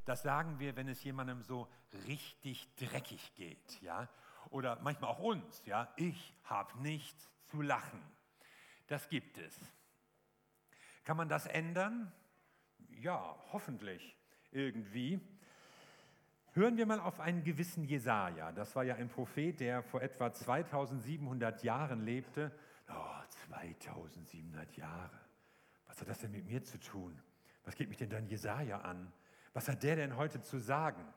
Das sagen wir, wenn es jemandem so richtig dreckig geht, ja? Oder manchmal auch uns, ja? Ich habe nichts zu lachen. Das gibt es. Kann man das ändern? Ja, hoffentlich irgendwie. Hören wir mal auf einen gewissen Jesaja. Das war ja ein Prophet, der vor etwa 2700 Jahren lebte. Oh, 2700 Jahre. Was hat das denn mit mir zu tun? Was geht mich denn dann Jesaja an? Was hat der denn heute zu sagen?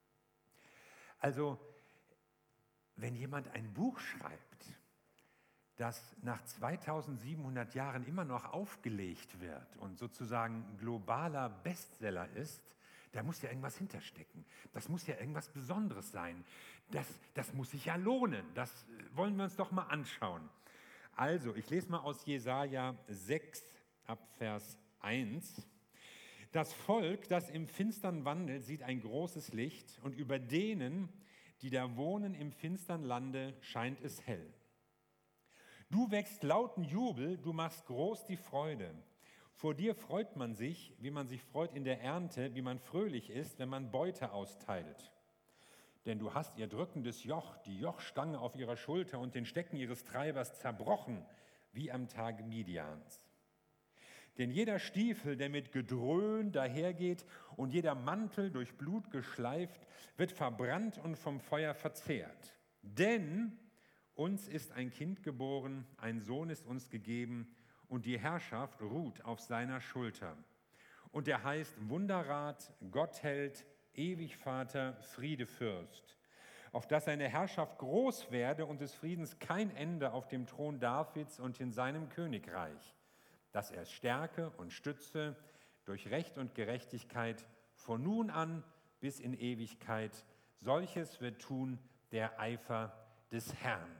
Also, wenn jemand ein Buch schreibt, das nach 2700 Jahren immer noch aufgelegt wird und sozusagen globaler Bestseller ist, da muss ja irgendwas hinterstecken. Das muss ja irgendwas Besonderes sein. Das muss sich ja lohnen. Das wollen wir uns doch mal anschauen. Also, ich lese mal aus Jesaja 6 ab Vers 1. Das Volk, das im Finstern wandelt, sieht ein großes Licht, und über denen, die da wohnen im finstern Lande, scheint es hell. Du wächst lauten Jubel, du machst groß die Freude. Vor dir freut man sich, wie man sich freut in der Ernte, wie man fröhlich ist, wenn man Beute austeilt. Denn du hast ihr drückendes Joch, die Jochstange auf ihrer Schulter und den Stecken ihres Treibers zerbrochen, wie am Tage Midians. Denn jeder Stiefel, der mit Gedröhn dahergeht und jeder Mantel durch Blut geschleift, wird verbrannt und vom Feuer verzehrt. Denn uns ist ein Kind geboren, ein Sohn ist uns gegeben, und die Herrschaft ruht auf seiner Schulter. Und er heißt Wunderrat, Gottheld, Ewigvater, Friedefürst, auf dass seine Herrschaft groß werde und des Friedens kein Ende auf dem Thron Davids und in seinem Königreich, dass er es stärke und stütze durch Recht und Gerechtigkeit von nun an bis in Ewigkeit. Solches wird tun der Eifer des Herrn.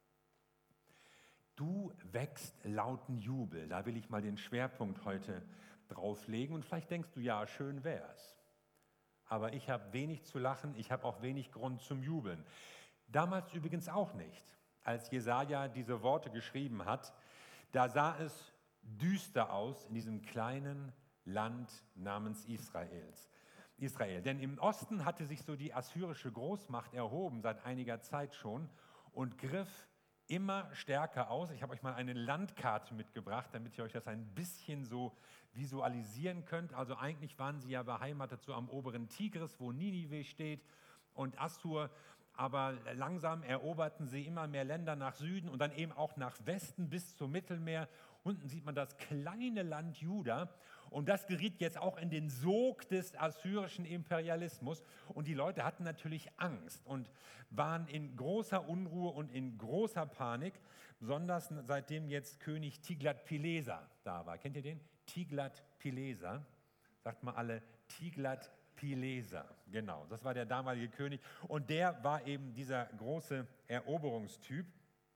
Du wächst lauten Jubel. Da will ich mal den Schwerpunkt heute drauflegen. Und vielleicht denkst du, ja, schön wär's. Aber ich habe wenig zu lachen, ich habe auch wenig Grund zum Jubeln. Damals übrigens auch nicht. Als Jesaja diese Worte geschrieben hat, da sah es düster aus in diesem kleinen Land namens Israel. Denn im Osten hatte sich so die assyrische Großmacht erhoben, seit einiger Zeit schon, und griff immer stärker aus. Ich habe euch mal eine Landkarte mitgebracht, damit ihr euch das ein bisschen so visualisieren könnt. Also eigentlich waren sie ja beheimatet so am oberen Tigris, wo Ninive steht, und Assur. Aber langsam eroberten sie immer mehr Länder nach Süden und dann eben auch nach Westen bis zum Mittelmeer. Unten sieht man das kleine Land Juda, und das geriet jetzt auch in den Sog des assyrischen Imperialismus. Und die Leute hatten natürlich Angst und waren in großer Unruhe und in großer Panik, besonders seitdem jetzt König Tiglat-Pileser da war. Kennt ihr den? Tiglat-Pileser. Sagt mal alle Tiglat-Pileser. Genau, das war der damalige König. Und der war eben dieser große Eroberungstyp.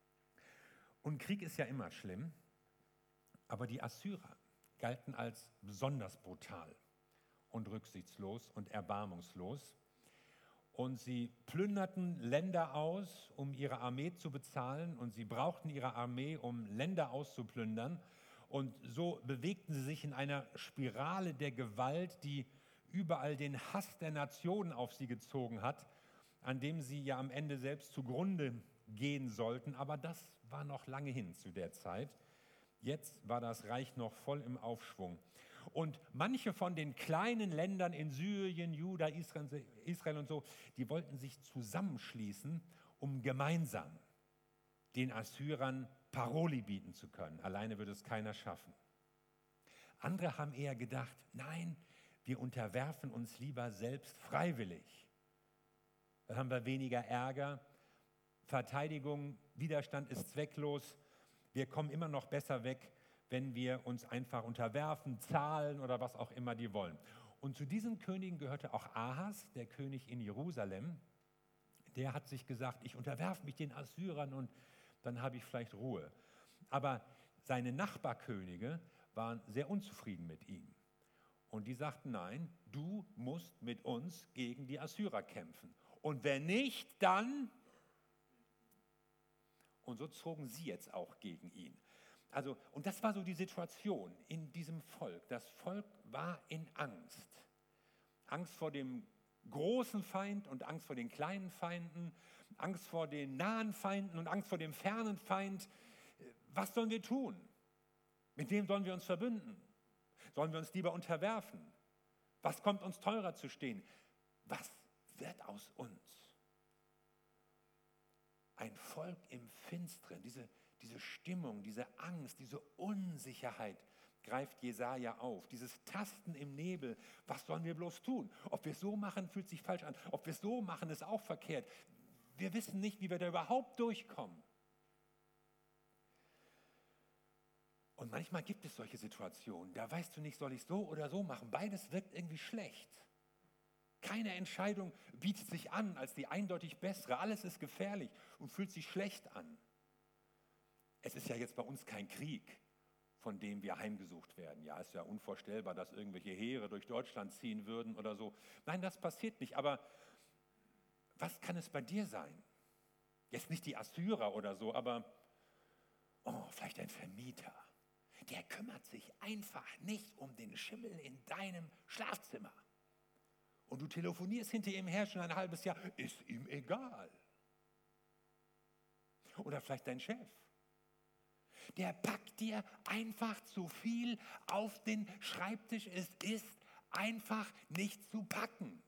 Und Krieg ist ja immer schlimm. Aber die Assyrer galten als besonders brutal und rücksichtslos und erbarmungslos. Und sie plünderten Länder aus, um ihre Armee zu bezahlen. Und sie brauchten ihre Armee, um Länder auszuplündern. Und so bewegten sie sich in einer Spirale der Gewalt, die überall den Hass der Nationen auf sie gezogen hat, an dem sie ja am Ende selbst zugrunde gehen sollten. Aber das war noch lange hin zu der Zeit. Jetzt war das Reich noch voll im Aufschwung. Und manche von den kleinen Ländern in Syrien, Juda, Israel und so, die wollten sich zusammenschließen, um gemeinsam den Assyrern Paroli bieten zu können. Alleine würde es keiner schaffen. Andere haben eher gedacht, nein, wir unterwerfen uns lieber selbst freiwillig. Dann haben wir weniger Ärger, Verteidigung, Widerstand ist zwecklos. Wir kommen immer noch besser weg, wenn wir uns einfach unterwerfen, zahlen oder was auch immer die wollen. Und zu diesen Königen gehörte auch Ahas, der König in Jerusalem. Der hat sich gesagt, ich unterwerfe mich den Assyrern und dann habe ich vielleicht Ruhe. Aber seine Nachbarkönige waren sehr unzufrieden mit ihm. Und die sagten, nein, du musst mit uns gegen die Assyrer kämpfen. Und wenn nicht, dann... Und so zogen sie jetzt auch gegen ihn. Also, und das war so die Situation in diesem Volk. Das Volk war in Angst. Angst vor dem großen Feind und Angst vor den kleinen Feinden, Angst vor den nahen Feinden und Angst vor dem fernen Feind. Was sollen wir tun? Mit wem sollen wir uns verbünden? Sollen wir uns lieber unterwerfen? Was kommt uns teurer zu stehen? Was wird aus uns? Ein Volk im Finsteren, diese Stimmung, diese Angst, diese Unsicherheit greift Jesaja auf. Dieses Tasten im Nebel, was sollen wir bloß tun? Ob wir es so machen, fühlt sich falsch an. Ob wir es so machen, ist auch verkehrt. Wir wissen nicht, wie wir da überhaupt durchkommen. Und manchmal gibt es solche Situationen, da weißt du nicht, soll ich so oder so machen. Beides wirkt irgendwie schlecht. Keine Entscheidung bietet sich an als die eindeutig bessere. Alles ist gefährlich und fühlt sich schlecht an. Es ist ja jetzt bei uns kein Krieg, von dem wir heimgesucht werden. Ja, es ist ja unvorstellbar, dass irgendwelche Heere durch Deutschland ziehen würden oder so. Nein, das passiert nicht. Aber was kann es bei dir sein? Jetzt nicht die Assyrer oder so, aber vielleicht ein Vermieter. Der kümmert sich einfach nicht um den Schimmel in deinem Schlafzimmer. Und du telefonierst hinter ihm her schon ein halbes Jahr, ist ihm egal. Oder vielleicht dein Chef. Der packt dir einfach zu viel auf den Schreibtisch. Es ist einfach nicht zu packen.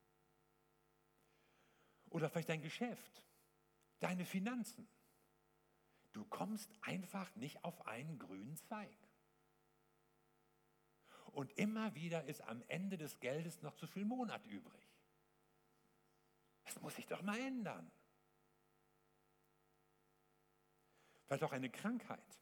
Oder vielleicht dein Geschäft, deine Finanzen. Du kommst einfach nicht auf einen grünen Zweig. Und immer wieder ist am Ende des Geldes noch zu viel Monat übrig. Das muss sich doch mal ändern. Vielleicht auch eine Krankheit.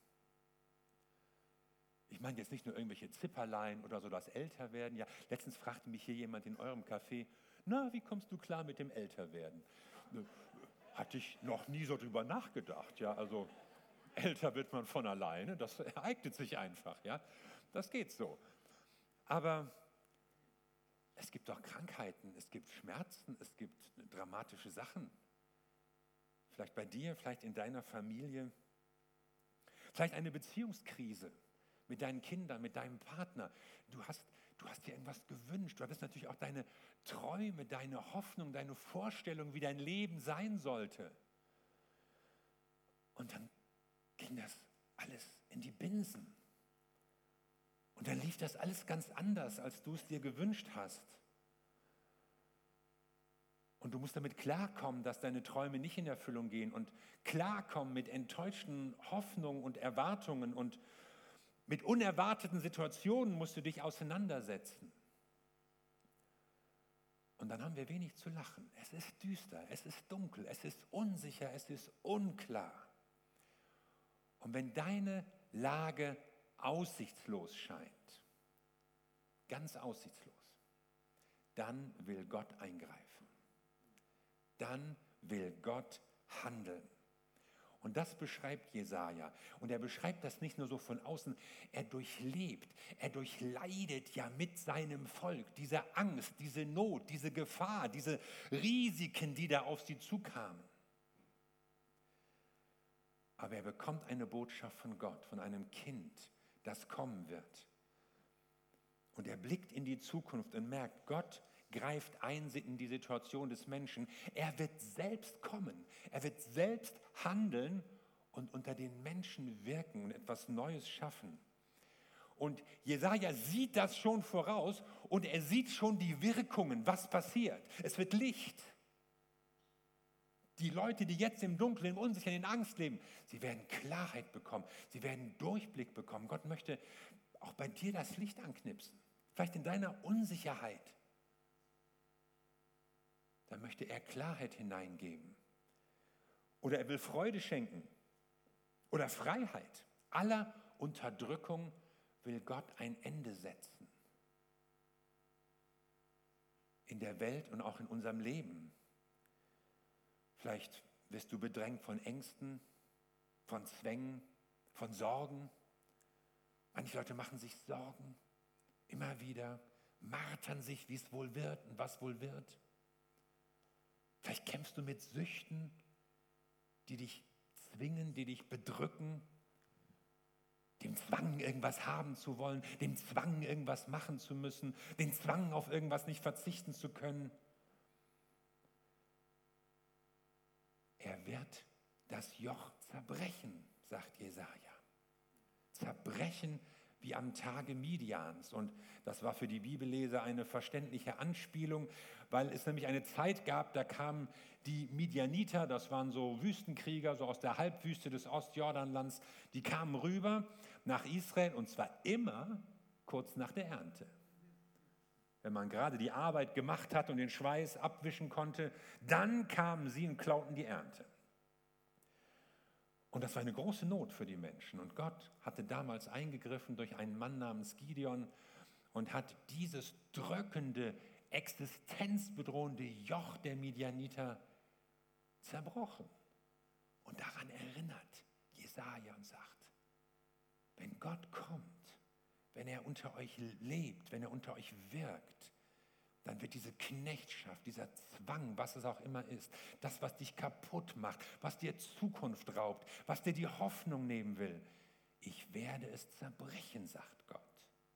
Ich meine jetzt nicht nur irgendwelche Zipperlein oder so, das Älterwerden. Ja, letztens fragte mich hier jemand in eurem Café, na, wie kommst du klar mit dem Älterwerden? Hatte ich noch nie so drüber nachgedacht. Ja, also älter wird man von alleine, das ereignet sich einfach. Ja, das geht so. Aber es gibt auch Krankheiten, es gibt Schmerzen, es gibt dramatische Sachen. Vielleicht bei dir, vielleicht in deiner Familie. Vielleicht eine Beziehungskrise mit deinen Kindern, mit deinem Partner. Du hast dir irgendwas gewünscht. Du hattest natürlich auch deine Träume, deine Hoffnung, deine Vorstellung, wie dein Leben sein sollte. Und dann ging das alles in die Binsen. Und dann lief das alles ganz anders, als du es dir gewünscht hast. Und du musst damit klarkommen, dass deine Träume nicht in Erfüllung gehen und klarkommen mit enttäuschten Hoffnungen und Erwartungen und mit unerwarteten Situationen musst du dich auseinandersetzen. Und dann haben wir wenig zu lachen. Es ist düster, es ist dunkel, es ist unsicher, es ist unklar. Und wenn deine Lage aussichtslos scheint, ganz aussichtslos, dann will Gott eingreifen. Dann will Gott handeln. Und das beschreibt Jesaja. Und er beschreibt das nicht nur so von außen, er durchleidet ja mit seinem Volk diese Angst, diese Not, diese Gefahr, diese Risiken, die da auf sie zukamen. Aber er bekommt eine Botschaft von Gott, von einem Kind, das kommen wird. Und er blickt in die Zukunft und merkt, Gott greift ein in die Situation des Menschen. Er wird selbst kommen, er wird selbst handeln und unter den Menschen wirken und etwas Neues schaffen. Und Jesaja sieht das schon voraus und er sieht schon die Wirkungen, was passiert. Es wird Licht. Die Leute, die jetzt im Dunkeln, im Unsicheren, in Angst leben, sie werden Klarheit bekommen, sie werden Durchblick bekommen. Gott möchte auch bei dir das Licht anknipsen, vielleicht in deiner Unsicherheit. Da möchte er Klarheit hineingeben. Oder er will Freude schenken oder Freiheit. Aller Unterdrückung will Gott ein Ende setzen. In der Welt und auch in unserem Leben. Vielleicht wirst du bedrängt von Ängsten, von Zwängen, von Sorgen. Manche Leute machen sich Sorgen, immer wieder, martern sich, wie es wohl wird und was wohl wird. Vielleicht kämpfst du mit Süchten, die dich zwingen, die dich bedrücken. dem Zwang, irgendwas haben zu wollen, dem Zwang, irgendwas machen zu müssen, den Zwang, auf irgendwas nicht verzichten zu können. Er wird das Joch zerbrechen, sagt Jesaja. Zerbrechen wie am Tage Midians. Und das war für die Bibelleser eine verständliche Anspielung, weil es nämlich eine Zeit gab, da kamen die Midianiter, das waren so Wüstenkrieger, so aus der Halbwüste des Ostjordanlands, die kamen rüber nach Israel und zwar immer kurz nach der Ernte. Wenn man gerade die Arbeit gemacht hat und den Schweiß abwischen konnte, dann kamen sie und klauten die Ernte. Und das war eine große Not für die Menschen. Und Gott hatte damals eingegriffen durch einen Mann namens Gideon und hat dieses drückende, existenzbedrohende Joch der Midianiter zerbrochen. Und daran erinnert Jesaja und sagt, wenn Gott kommt, wenn er unter euch lebt, wenn er unter euch wirkt, dann wird diese Knechtschaft, dieser Zwang, was es auch immer ist, das, was dich kaputt macht, was dir Zukunft raubt, was dir die Hoffnung nehmen will, ich werde es zerbrechen, sagt Gott.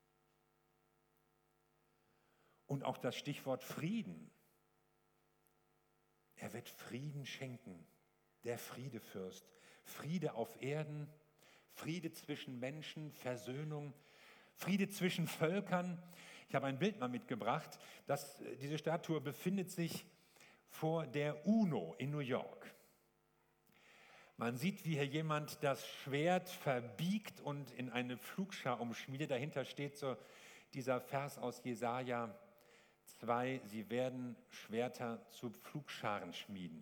Und auch das Stichwort Frieden. Er wird Frieden schenken, der Friedefürst. Friede auf Erden, Friede zwischen Menschen, Versöhnung, Friede zwischen Völkern. Ich habe ein Bild mal mitgebracht. Diese Statue befindet sich vor der UNO in New York. Man sieht, wie hier jemand das Schwert verbiegt und in eine Pflugschar umschmiedet. Dahinter steht so dieser Vers aus Jesaja 2, sie werden Schwerter zu Pflugscharen schmieden.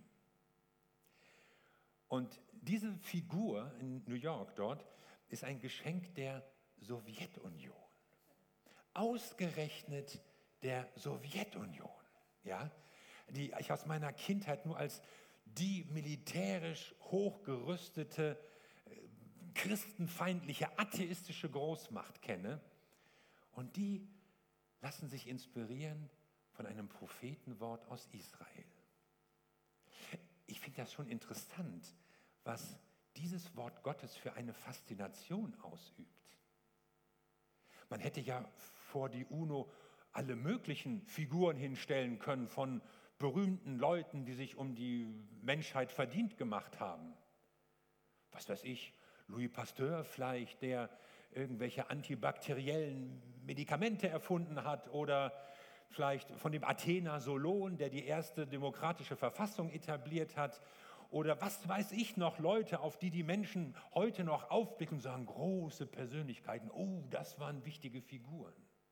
Und diese Figur in New York dort ist ein Geschenk der Sowjetunion. Ausgerechnet der Sowjetunion, ja, die ich aus meiner Kindheit nur als die militärisch hochgerüstete, christenfeindliche, atheistische Großmacht kenne. Und die lassen sich inspirieren von einem Prophetenwort aus Israel. Ich finde das schon interessant, was dieses Wort Gottes für eine Faszination ausübt. Man hätte ja vor die UNO alle möglichen Figuren hinstellen können von berühmten Leuten, die sich um die Menschheit verdient gemacht haben. Was weiß ich, Louis Pasteur vielleicht, der irgendwelche antibakteriellen Medikamente erfunden hat, oder vielleicht von dem Athener Solon, der die erste demokratische Verfassung etabliert hat, oder was weiß ich noch, Leute, auf die die Menschen heute noch aufblicken und sagen, große Persönlichkeiten, oh, das waren wichtige Figuren.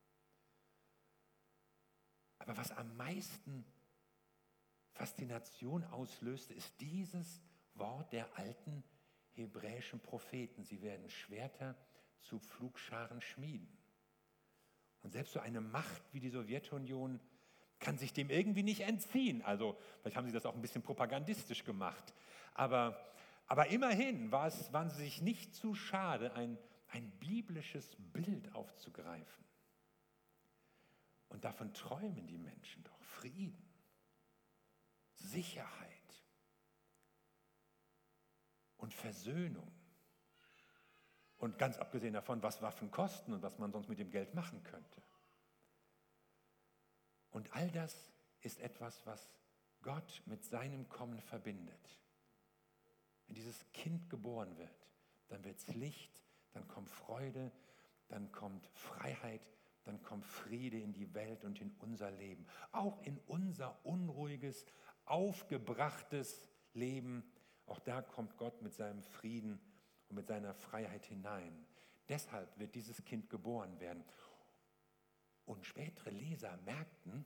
Aber was am meisten Faszination auslöste, ist dieses Wort der alten hebräischen Propheten. Sie werden Schwerter zu Pflugscharen schmieden. Und selbst so eine Macht wie die Sowjetunion kann sich dem irgendwie nicht entziehen. Also vielleicht haben sie das auch ein bisschen propagandistisch gemacht. Aber immerhin waren sie sich nicht zu schade, ein biblisches Bild aufzugreifen. Und davon träumen die Menschen doch. Frieden, Sicherheit und Versöhnung. Und ganz abgesehen davon, was Waffen kosten und was man sonst mit dem Geld machen könnte. Und all das ist etwas, was Gott mit seinem Kommen verbindet. Wenn dieses Kind geboren wird, dann wird es Licht, dann kommt Freude, dann kommt Freiheit, dann kommt Friede in die Welt und in unser Leben. Auch in unser unruhiges, aufgebrachtes Leben. Auch da kommt Gott mit seinem Frieden und mit seiner Freiheit hinein. Deshalb wird dieses Kind geboren werden. Und spätere Leser merkten,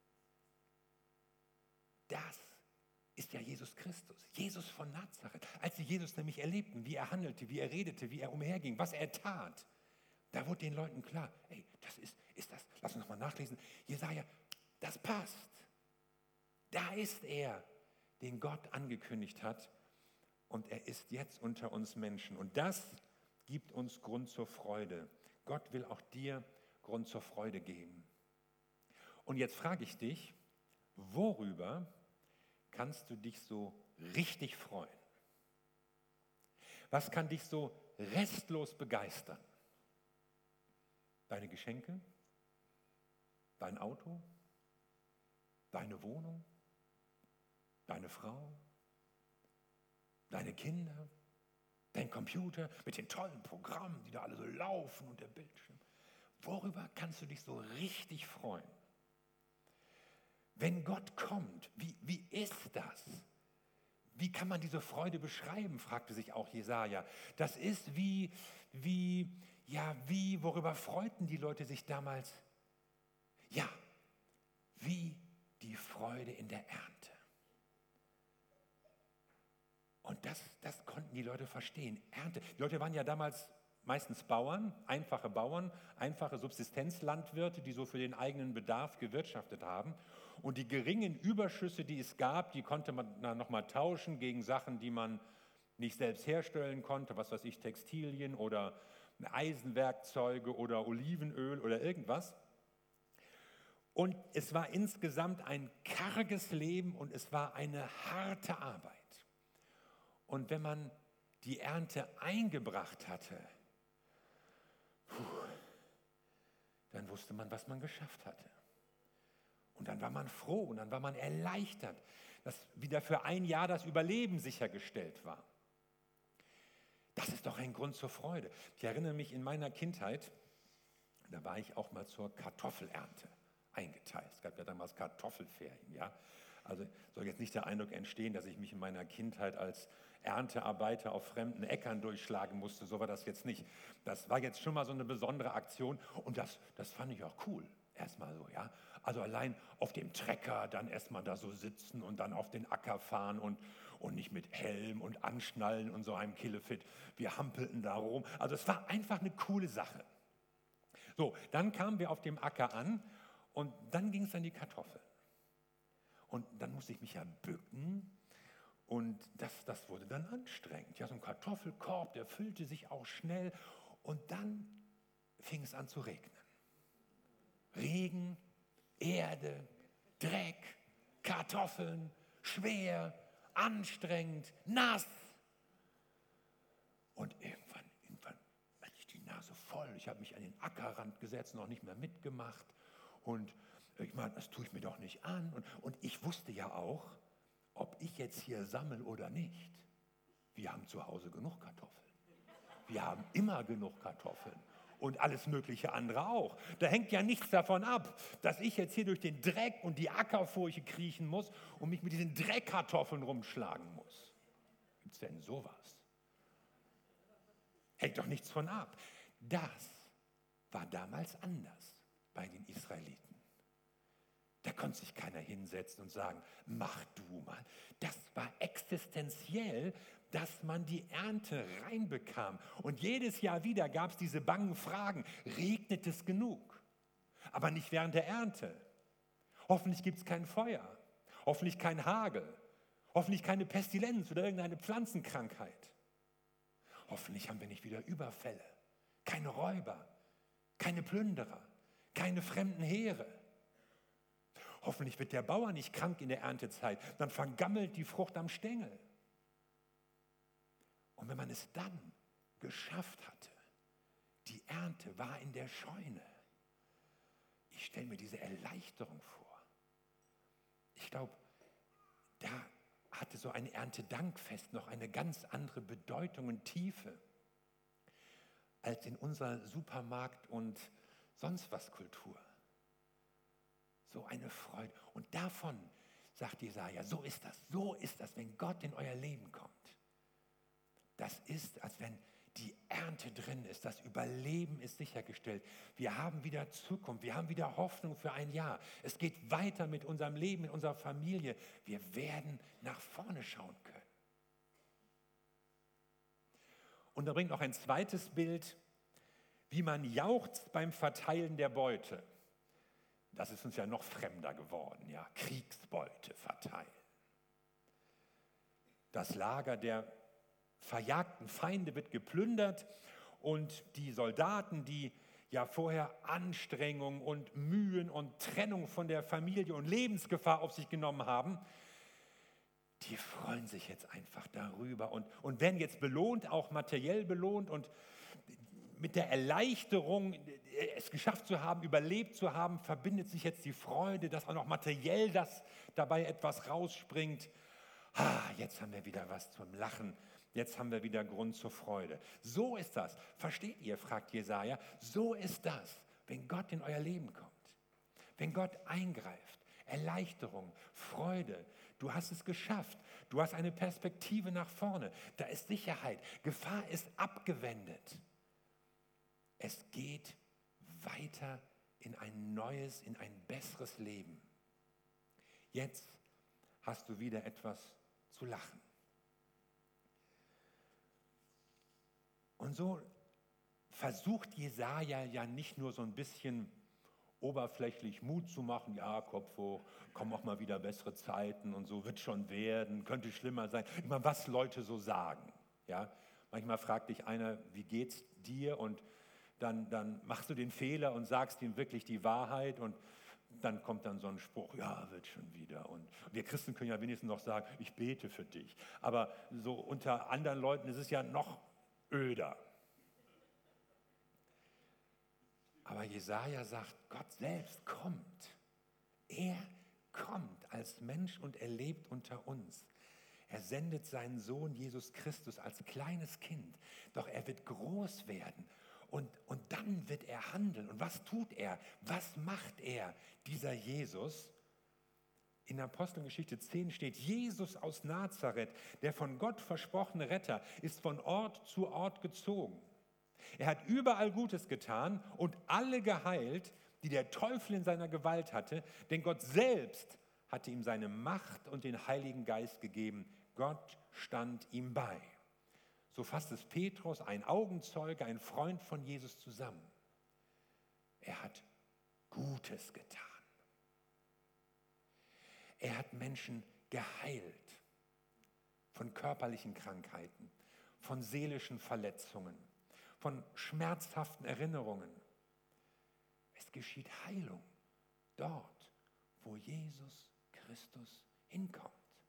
das ist ja Jesus Christus, Jesus von Nazareth. Als sie Jesus nämlich erlebten, wie er handelte, wie er redete, wie er umherging, was er tat, da wurde den Leuten klar, ey, das ist das, lass uns nochmal nachlesen, Jesaja, das passt. Da ist er, den Gott angekündigt hat, und er ist jetzt unter uns Menschen. Und das gibt uns Grund zur Freude. Gott will auch dir Grund zur Freude geben. Und jetzt frage ich dich, worüber kannst du dich so richtig freuen? Was kann dich so restlos begeistern? Deine Geschenke? Dein Auto? Deine Wohnung? Deine Frau? Deine Kinder? Dein Computer mit den tollen Programmen, die da alle so laufen und der Bildschirm? Worüber kannst du dich so richtig freuen? Wenn Gott kommt, wie ist das? Wie kann man diese Freude beschreiben, fragte sich auch Jesaja. Das ist worüber freuten die Leute sich damals? Ja, wie die Freude in der Ernte. Und das konnten die Leute verstehen. Ernte. Die Leute waren ja damals meistens Bauern, einfache Subsistenzlandwirte, die so für den eigenen Bedarf gewirtschaftet haben. Und die geringen Überschüsse, die es gab, die konnte man dann nochmal tauschen gegen Sachen, die man nicht selbst herstellen konnte, was weiß ich, Textilien oder Eisenwerkzeuge oder Olivenöl oder irgendwas. Und es war insgesamt ein karges Leben und es war eine harte Arbeit. Und wenn man die Ernte eingebracht hatte, dann wusste man, was man geschafft hatte. Und dann war man froh und dann war man erleichtert, dass wieder für ein Jahr das Überleben sichergestellt war. Das ist doch ein Grund zur Freude. Ich erinnere mich in meiner Kindheit, da war ich auch mal zur Kartoffelernte eingeteilt. Es gab ja damals Kartoffelferien, ja. Also soll jetzt nicht der Eindruck entstehen, dass ich mich in meiner Kindheit als Erntearbeiter auf fremden Äckern durchschlagen musste. So war das jetzt nicht. Das war jetzt schon mal so eine besondere Aktion und das fand ich auch cool. Erstmal so, ja. Also allein auf dem Trecker dann erstmal da so sitzen und dann auf den Acker fahren und nicht mit Helm und Anschnallen und so einem Killefit. Wir hampelten da rum. Also es war einfach eine coole Sache. So, dann kamen wir auf dem Acker an und dann ging es an die Kartoffeln. Und dann musste ich mich ja bücken und das wurde dann anstrengend. Ja, so ein Kartoffelkorb, der füllte sich auch schnell und dann fing es an zu regnen. Regen, Erde, Dreck, Kartoffeln, schwer, anstrengend, nass. Und irgendwann hatte ich die Nase voll. Ich habe mich an den Ackerrand gesetzt, noch nicht mehr mitgemacht. Und ich meine, das tue ich mir doch nicht an. Und ich wusste ja auch, ob ich jetzt hier sammle oder nicht. Wir haben zu Hause genug Kartoffeln. Wir haben immer genug Kartoffeln. Und alles mögliche andere auch. Da hängt ja nichts davon ab, dass ich jetzt hier durch den Dreck und die Ackerfurche kriechen muss und mich mit diesen Dreckkartoffeln rumschlagen muss. Gibt es denn sowas? Hängt doch nichts von ab. Das war damals anders bei den Israeliten. Da konnte sich keiner hinsetzen und sagen, mach du mal. Das war existenziell, dass man die Ernte reinbekam. Und jedes Jahr wieder gab es diese bangen Fragen, regnet es genug? Aber nicht während der Ernte. Hoffentlich gibt es kein Feuer, hoffentlich kein Hagel, hoffentlich keine Pestilenz oder irgendeine Pflanzenkrankheit. Hoffentlich haben wir nicht wieder Überfälle, keine Räuber, keine Plünderer, keine fremden Heere. Hoffentlich wird der Bauer nicht krank in der Erntezeit, dann vergammelt die Frucht am Stängel. Und wenn man es dann geschafft hatte, die Ernte war in der Scheune. Ich stelle mir diese Erleichterung vor. Ich glaube, da hatte so ein Erntedankfest noch eine ganz andere Bedeutung und Tiefe als in unserer Supermarkt- und sonst was Kultur. So eine Freude. Und davon sagt Jesaja, so ist das, wenn Gott in euer Leben kommt. Das ist, als wenn die Ernte drin ist, das Überleben ist sichergestellt. Wir haben wieder Zukunft, wir haben wieder Hoffnung für ein Jahr. Es geht weiter mit unserem Leben, mit unserer Familie. Wir werden nach vorne schauen können. Und da bringt noch ein zweites Bild, wie man jauchzt beim Verteilen der Beute. Das ist uns ja noch fremder geworden, ja, Kriegsbeute verteilen. Das Lager der verjagten Feinde wird geplündert und die Soldaten, die ja vorher Anstrengung und Mühen und Trennung von der Familie und Lebensgefahr auf sich genommen haben, die freuen sich jetzt einfach darüber und werden jetzt belohnt, auch materiell belohnt und mit der Erleichterung, es geschafft zu haben, überlebt zu haben, verbindet sich jetzt die Freude, dass auch noch materiell dabei etwas rausspringt. Jetzt haben wir wieder was zum Lachen, jetzt haben wir wieder Grund zur Freude. So ist das. Versteht ihr, fragt Jesaja, so ist das, wenn Gott in euer Leben kommt. Wenn Gott eingreift, Erleichterung, Freude, du hast es geschafft, du hast eine Perspektive nach vorne, da ist Sicherheit, Gefahr ist abgewendet. Es geht weiter in ein neues, in ein besseres Leben. Jetzt hast du wieder etwas zu lachen. Und so versucht Jesaja ja nicht nur so ein bisschen oberflächlich Mut zu machen, ja, Kopf hoch, kommen auch mal wieder bessere Zeiten und so wird schon werden, könnte schlimmer sein. Immer was Leute so sagen. Ja? Manchmal fragt dich einer, wie geht's dir? Und dann machst du den Fehler und sagst ihm wirklich die Wahrheit und dann kommt dann so ein Spruch, ja, wird schon wieder. Und wir Christen können ja wenigstens noch sagen, ich bete für dich. Aber so unter anderen Leuten ist es ja noch öder. Aber Jesaja sagt, Gott selbst kommt. Er kommt als Mensch und er lebt unter uns. Er sendet seinen Sohn Jesus Christus als kleines Kind. Doch er wird groß werden und dann wird er handeln. Und was tut er? Was macht er, dieser Jesus? In Apostelgeschichte 10 steht, Jesus aus Nazareth, der von Gott versprochene Retter, ist von Ort zu Ort gezogen. Er hat überall Gutes getan und alle geheilt, die der Teufel in seiner Gewalt hatte, denn Gott selbst hatte ihm seine Macht und den Heiligen Geist gegeben. Gott stand ihm bei. So fasst es Petrus, ein Augenzeuge, ein Freund von Jesus, zusammen. Er hat Gutes getan. Er hat Menschen geheilt von körperlichen Krankheiten, von seelischen Verletzungen, von schmerzhaften Erinnerungen. Es geschieht Heilung dort, wo Jesus Christus hinkommt.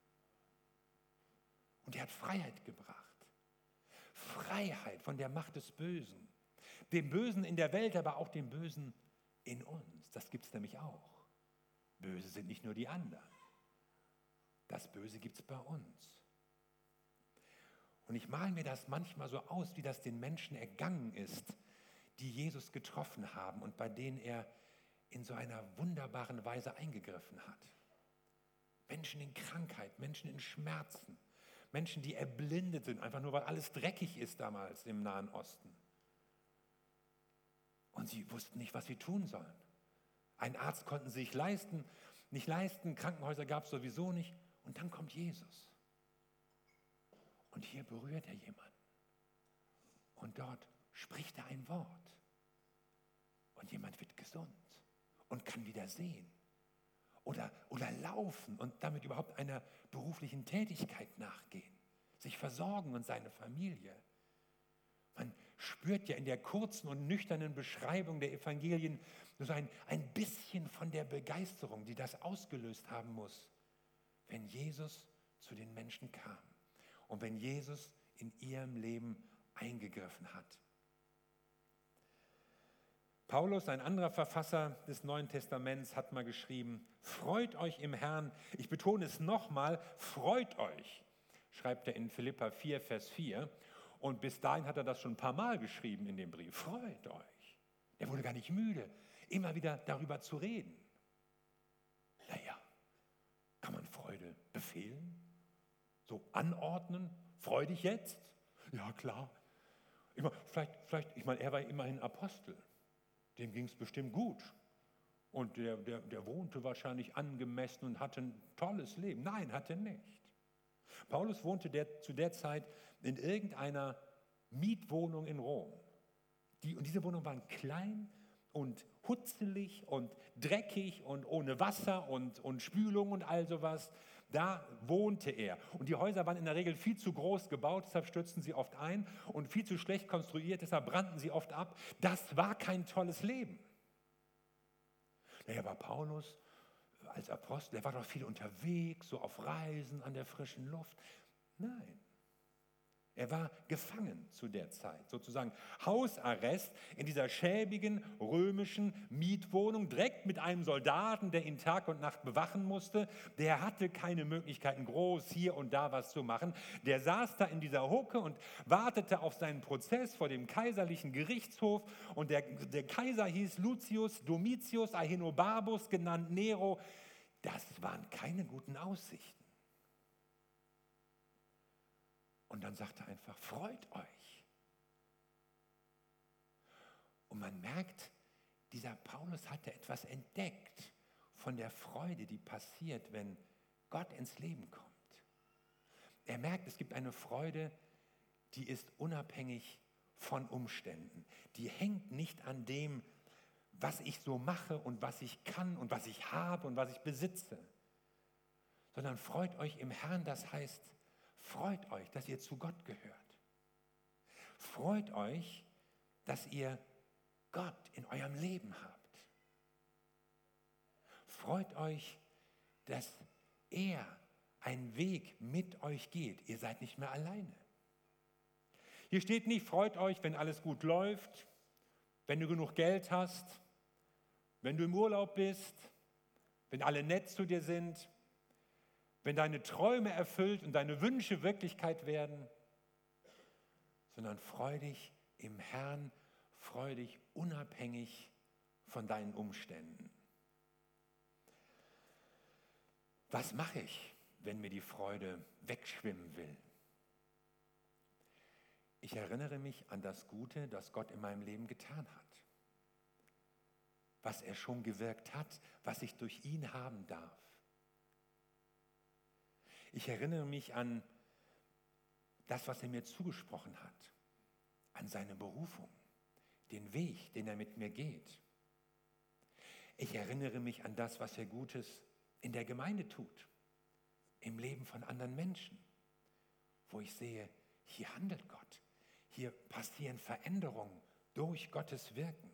Und er hat Freiheit gebracht. Freiheit von der Macht des Bösen. Dem Bösen in der Welt, aber auch dem Bösen in uns. Das gibt es nämlich auch. Böse sind nicht nur die anderen. Das Böse gibt es bei uns. Und ich male mir das manchmal so aus, wie das den Menschen ergangen ist, die Jesus getroffen haben und bei denen er in so einer wunderbaren Weise eingegriffen hat. Menschen in Krankheit, Menschen in Schmerzen, Menschen, die erblindet sind, einfach nur, weil alles dreckig ist damals im Nahen Osten. Und sie wussten nicht, was sie tun sollen. Einen Arzt konnten sie sich nicht leisten, Krankenhäuser gab es sowieso nicht. Und dann kommt Jesus. Und hier berührt er jemanden. Und dort spricht er ein Wort. Und jemand wird gesund und kann wieder sehen. Oder laufen und damit überhaupt einer beruflichen Tätigkeit nachgehen. Sich versorgen und seine Familie. Man spürt ja in der kurzen und nüchternen Beschreibung der Evangelien nur so ein bisschen von der Begeisterung, die das ausgelöst haben muss, wenn Jesus zu den Menschen kam und wenn Jesus in ihrem Leben eingegriffen hat. Paulus, ein anderer Verfasser des Neuen Testaments, hat mal geschrieben, freut euch im Herrn, ich betone es nochmal, freut euch, schreibt er in Philipper 4, Vers 4. Und bis dahin hat er das schon ein paar Mal geschrieben in dem Brief. Freut euch. Er wurde gar nicht müde, immer wieder darüber zu reden. Naja, kann man Freude befehlen? So anordnen? Freu dich jetzt? Ja, klar. Ich meine, er war immerhin Apostel. Dem ging es bestimmt gut. Und der wohnte wahrscheinlich angemessen und hatte ein tolles Leben. Nein, hat er nicht. Paulus wohnte zu der Zeit in irgendeiner Mietwohnung in Rom. Und diese Wohnungen waren klein und hutzelig und dreckig und ohne Wasser und Spülung und all sowas. Da wohnte er. Und die Häuser waren in der Regel viel zu groß gebaut, deshalb stürzten sie oft ein und viel zu schlecht konstruiert, deshalb brannten sie oft ab. Das war kein tolles Leben. Naja, aber Paulus, als Apostel, er war doch viel unterwegs, so auf Reisen an der frischen Luft. Nein, er war gefangen zu der Zeit, sozusagen Hausarrest in dieser schäbigen römischen Mietwohnung, direkt mit einem Soldaten, der ihn Tag und Nacht bewachen musste. Der hatte keine Möglichkeiten, groß hier und da was zu machen. Der saß da in dieser Hucke und wartete auf seinen Prozess vor dem kaiserlichen Gerichtshof. Und der Kaiser hieß Lucius Domitius Ahenobarbus, genannt Nero. Das waren keine guten Aussichten. Und dann sagt er einfach, freut euch. Und man merkt, dieser Paulus hatte etwas entdeckt von der Freude, die passiert, wenn Gott ins Leben kommt. Er merkt, es gibt eine Freude, die ist unabhängig von Umständen. Die hängt nicht an dem, was ich so mache und was ich kann und was ich habe und was ich besitze, sondern freut euch im Herrn, das heißt, freut euch, dass ihr zu Gott gehört. Freut euch, dass ihr Gott in eurem Leben habt. Freut euch, dass er einen Weg mit euch geht. Ihr seid nicht mehr alleine. Hier steht nicht, freut euch, wenn alles gut läuft, wenn du genug Geld hast, wenn du im Urlaub bist, wenn alle nett zu dir sind, wenn deine Träume erfüllt und deine Wünsche Wirklichkeit werden, sondern freu dich im Herrn, freu dich unabhängig von deinen Umständen. Was mache ich, wenn mir die Freude wegschwimmen will? Ich erinnere mich an das Gute, das Gott in meinem Leben getan hat. Was er schon gewirkt hat, was ich durch ihn haben darf. Ich erinnere mich an das, was er mir zugesprochen hat, an seine Berufung, den Weg, den er mit mir geht. Ich erinnere mich an das, was er Gutes in der Gemeinde tut, im Leben von anderen Menschen, wo ich sehe, hier handelt Gott, hier passieren Veränderungen durch Gottes Wirken.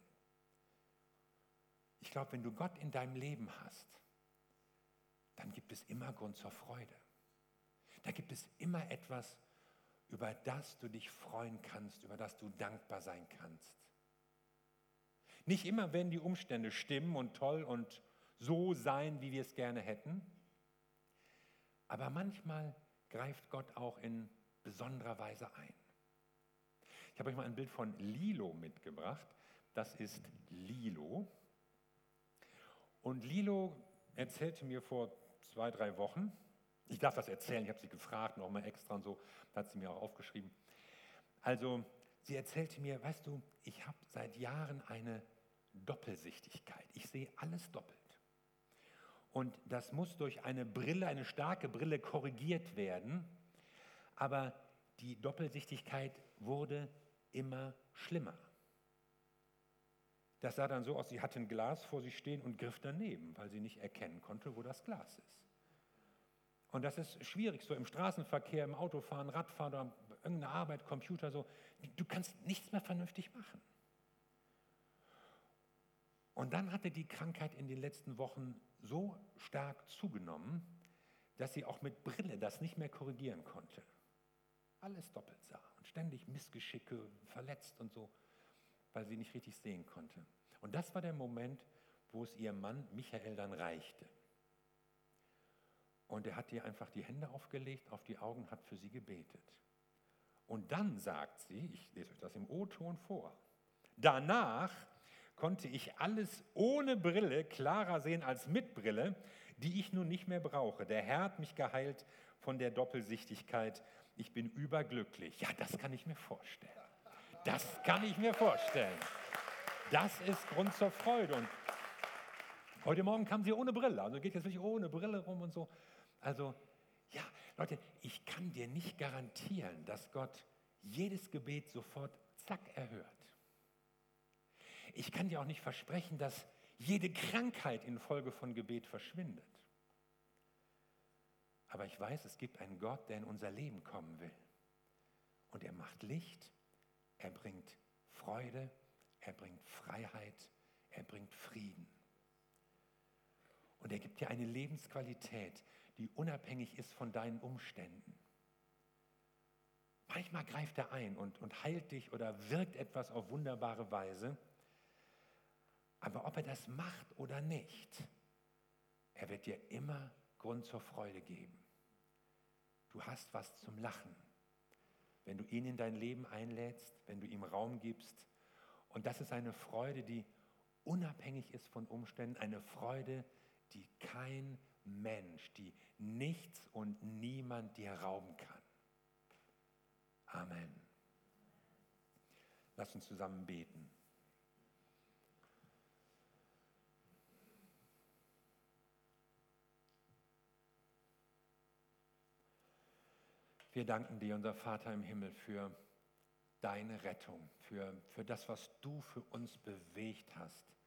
Ich glaube, wenn du Gott in deinem Leben hast, dann gibt es immer Grund zur Freude. Da gibt es immer etwas, über das du dich freuen kannst, über das du dankbar sein kannst. Nicht immer werden die Umstände stimmen und toll und so sein, wie wir es gerne hätten. Aber manchmal greift Gott auch in besonderer Weise ein. Ich habe euch mal ein Bild von Lilo mitgebracht. Das ist Lilo. Und Lilo erzählte mir vor 2-3 Wochen, ich darf das erzählen, ich habe sie gefragt, nochmal extra und so, da hat sie mir auch aufgeschrieben. Also, sie erzählte mir, weißt du, ich habe seit Jahren eine Doppelsichtigkeit. Ich sehe alles doppelt. Und das muss durch eine Brille, eine starke Brille korrigiert werden. Aber die Doppelsichtigkeit wurde immer schlimmer. Das sah dann so aus, sie hatte ein Glas vor sich stehen und griff daneben, weil sie nicht erkennen konnte, wo das Glas ist. Und das ist schwierig, so im Straßenverkehr, im Autofahren, Radfahren oder irgendeine Arbeit, Computer, so. Du kannst nichts mehr vernünftig machen. Und dann hatte die Krankheit in den letzten Wochen so stark zugenommen, dass sie auch mit Brille das nicht mehr korrigieren konnte. Alles doppelt sah und ständig Missgeschicke, verletzt und so, weil sie nicht richtig sehen konnte. Und das war der Moment, wo es ihrem Mann Michael dann reichte. Und er hat ihr einfach die Hände aufgelegt, auf die Augen, hat für sie gebetet. Und dann sagt sie, ich lese euch das im O-Ton vor, danach konnte ich alles ohne Brille klarer sehen als mit Brille, die ich nun nicht mehr brauche. Der Herr hat mich geheilt von der Doppelsichtigkeit. Ich bin überglücklich. Ja, das kann ich mir vorstellen. Das kann ich mir vorstellen. Das ist Grund zur Freude. Und heute Morgen kam sie ohne Brille. Also geht jetzt wirklich ohne Brille rum und so. Also, ja, Leute, ich kann dir nicht garantieren, dass Gott jedes Gebet sofort zack erhört. Ich kann dir auch nicht versprechen, dass jede Krankheit infolge von Gebet verschwindet. Aber ich weiß, es gibt einen Gott, der in unser Leben kommen will. Und er macht Licht, er bringt Freude, er bringt Freiheit, er bringt Frieden. Und er gibt dir eine Lebensqualität, die unabhängig ist von deinen Umständen. Manchmal greift er ein und heilt dich oder wirkt etwas auf wunderbare Weise. Aber ob er das macht oder nicht, er wird dir immer Grund zur Freude geben. Du hast was zum Lachen, wenn du ihn in dein Leben einlädst, wenn du ihm Raum gibst. Und das ist eine Freude, die unabhängig ist von Umständen, eine Freude, die kein Mensch, die nichts und niemand dir rauben kann. Amen. Lass uns zusammen beten. Wir danken dir, unser Vater im Himmel, für deine Rettung, für das, was du für uns bewegt hast.